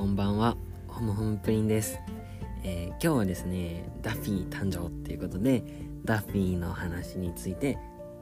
こんばんは、ホムホムプリンです。今日はですね、ダッフィー誕生っていうことで、ダッフィーの話について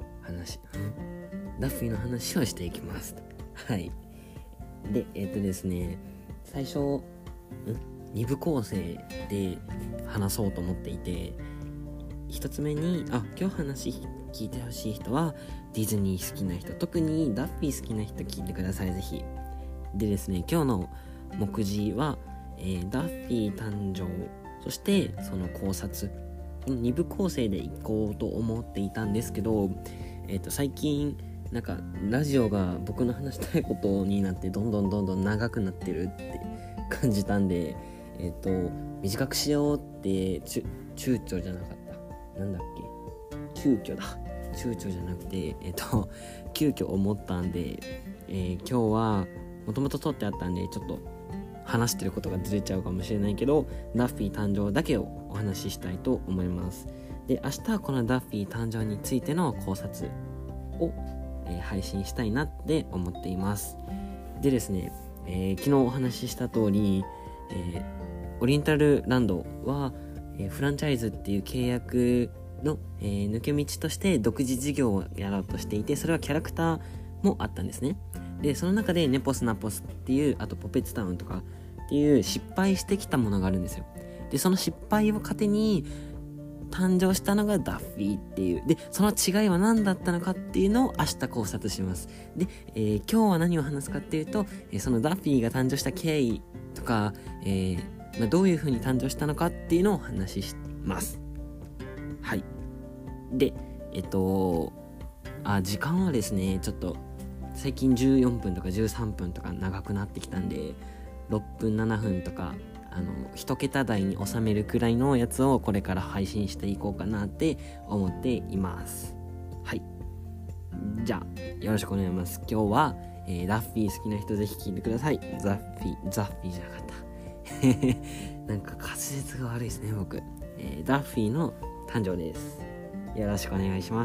ダッフィーの話をしていきます。はい。で、ですね、最初2部構成で話そうと思っていて、一つ目に今日話聞いてほしい人はディズニー好きな人、特にダッフィー好きな人聞いてください、ぜひ。でですね、今日の目次は、ダッフィー誕生、そしてその考察、2部構成でいこうと思っていたんですけど、最近なんかラジオが僕の話したいことになってどんどん長くなってるって感じたんで、短くしようって躊躇じゃなかったなんだっけ躊躇じゃなくて急遽思ったんで、今日はもともと撮ってあったんでちょっと話してることがずれちゃうかもしれないけど、ダッフィー誕生だけをお話ししたいと思います。で、明日はこのダッフィー誕生についての考察を、配信したいなって思っています。でですね、昨日お話しした通り、オリエンタルランドは、フランチャイズっていう契約の、抜け道として独自事業をやろうとしていて、それはキャラクターもあったんですね。で、その中でネポスナポスっていう、あとポペツタウンとかっていう失敗してきたものがあるんですよ。で、その失敗を糧に誕生したのがダッフィーっていう。で、その違いは何だったのかっていうのを明日考察します。で、今日は何を話すかっていうと、そのダッフィーが誕生した経緯とか、どういう風に誕生したのかっていうのをお話しします。はい。で、時間はですね、ちょっと最近14分とか13分とか長くなってきたんで、6分7分とか1桁台に収めるくらいのやつをこれから配信していこうかなって思っています。はい、じゃあよろしくお願いします。今日は、ダッフィー好きな人ぜひ聞いてください。ザッフィーじゃなかったなんか滑舌が悪いですね僕。ダッフィーの誕生です。よろしくお願いします。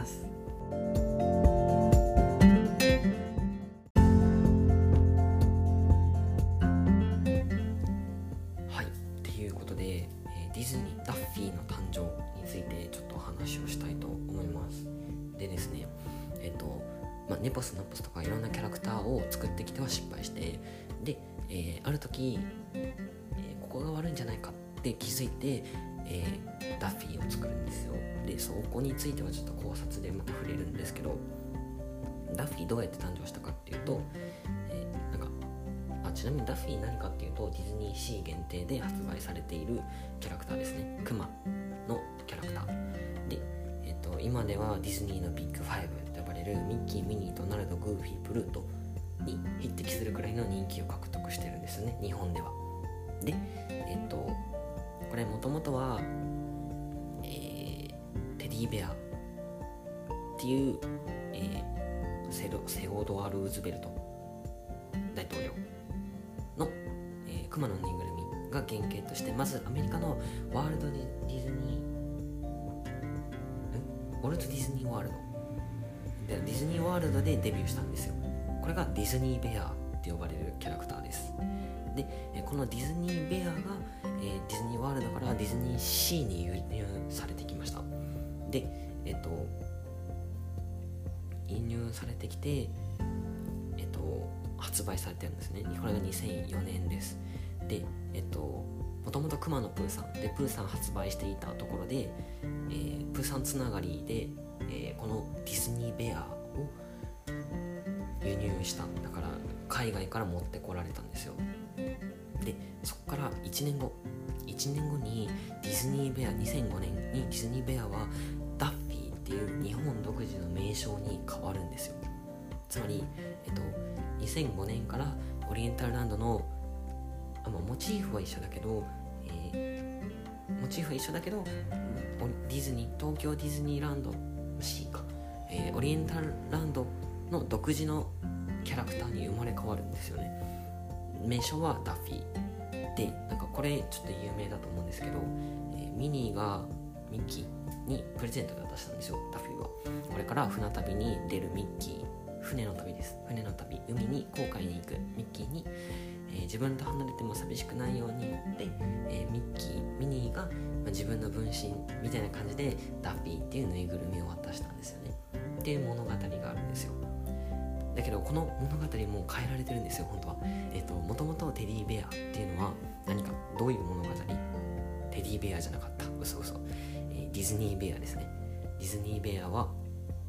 ディズニーダッフィーの誕生についてちょっとお話をしたいと思います。でですね、ネポスナポスとかいろんなキャラクターを作ってきては失敗して、で、ある時、ここが悪いんじゃないかって気づいて、ダッフィーを作るんですよ。で、そこについてはちょっと考察でまた触れるんですけど、ダッフィーどうやって誕生したかっていうと、ちなみにダッフィー何かっていうと、ディズニーシー限定で発売されているキャラクターですね。クマのキャラクターで、今ではディズニーのビッグ5と呼ばれるミッキー、ミニー、ドナルド、グーフィー、プルートに匹敵するくらいの人気を獲得してるんですよね、日本では。で、これもともとは、テディベアっていう、セオドア・ルーズベルト大統領の、クマのぬいぐるみが原型として、まずアメリカのワールドディズニーウォルト・ディズニーワールドで、ディズニーワールドでデビューしたんですよ。これがディズニーベアって呼ばれるキャラクターです。で、このディズニーベアが、ディズニーワールドからディズニーシーに輸入されてきました。で、輸入されてきて、発売されてるんですね。これが2004年です。で、もともとクマのプーさんで、プーさん発売していたところで、プーさんつながりで、このディズニーベアを輸入した。だから海外から持ってこられたんですよ。で、そこから1年後にディズニーベア、2005年にディズニーベアはダッフィーっていう日本独自の名称に変わるんですよ。つまり、2005年からオリエンタルランドのモチーフは一緒だけど、ディズニー、東京ディズニーランド C か、オリエンタルランドの独自のキャラクターに生まれ変わるんですよね。名称はダッフィーで、これちょっと有名だと思うんですけど、ミニーがミッキーにプレゼントで渡したんですよ。ダッフィーはこれから船旅に出るミッキー、船の旅です。船の旅、海に航海に行くミッキーに、 自分と離れても寂しくないようにって、ミッキーミニーが、自分の分身みたいな感じでダッフィーっていうぬいぐるみを渡したんですよねっていう物語があるんですよ。だけどこの物語も変えられてるんですよ本当は。もともとテディベアっていうのは何かどういう物語、テディベアじゃなかった、嘘、ディズニーベアですね。ディズニーベアは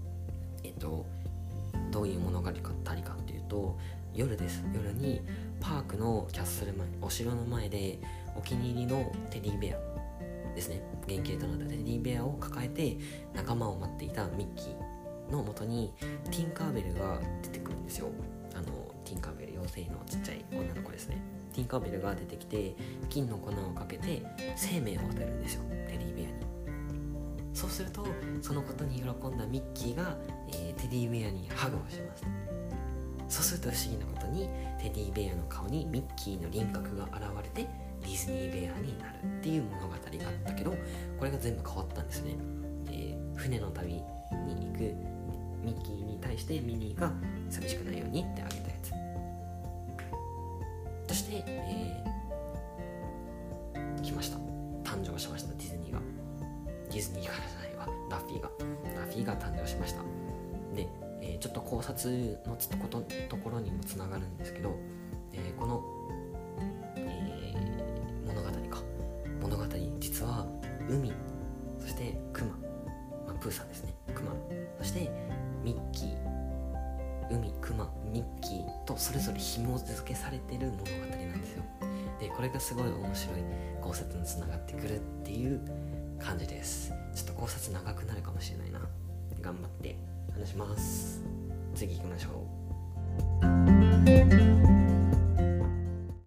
どういう物語かっていうと、夜です。夜にパークのキャッスル前、お城の前でお気に入りのテディベアですね、原型となったテディベアを抱えて仲間を待っていたミッキーの元にティンカーベルが出てくるんですよ。ティンカーベル、妖精のちっちゃい女の子ですね。ティンカーベルが出てきて金の粉をかけて生命を与えるんですよ、テディベアに。そうするとそのことに喜んだミッキーが、テディベアにハグをします。そうすると不思議なことにテディベアの顔にミッキーの輪郭が現れてディズニーベアになるっていう物語があったけど、これが全部変わったんですね。船の旅に行くミッキーに対してミニーが寂しくないようにってあげたやつとして、来ました。誕生しました。ディズニーからじゃないわ、ダッフィーが誕生しました。で、ちょっと考察のところにもつながるんですけど、この、物語実は海、そしてクマ、プーさんですね、クマ、そしてミッキー、海、クマ、ミッキーとそれぞれ紐付けされてる物語なんですよ。でこれがすごい面白い考察につながってくるっていう感じです。ちょっと考察長くなるかもしれないな。頑張って話します。次行きましょう。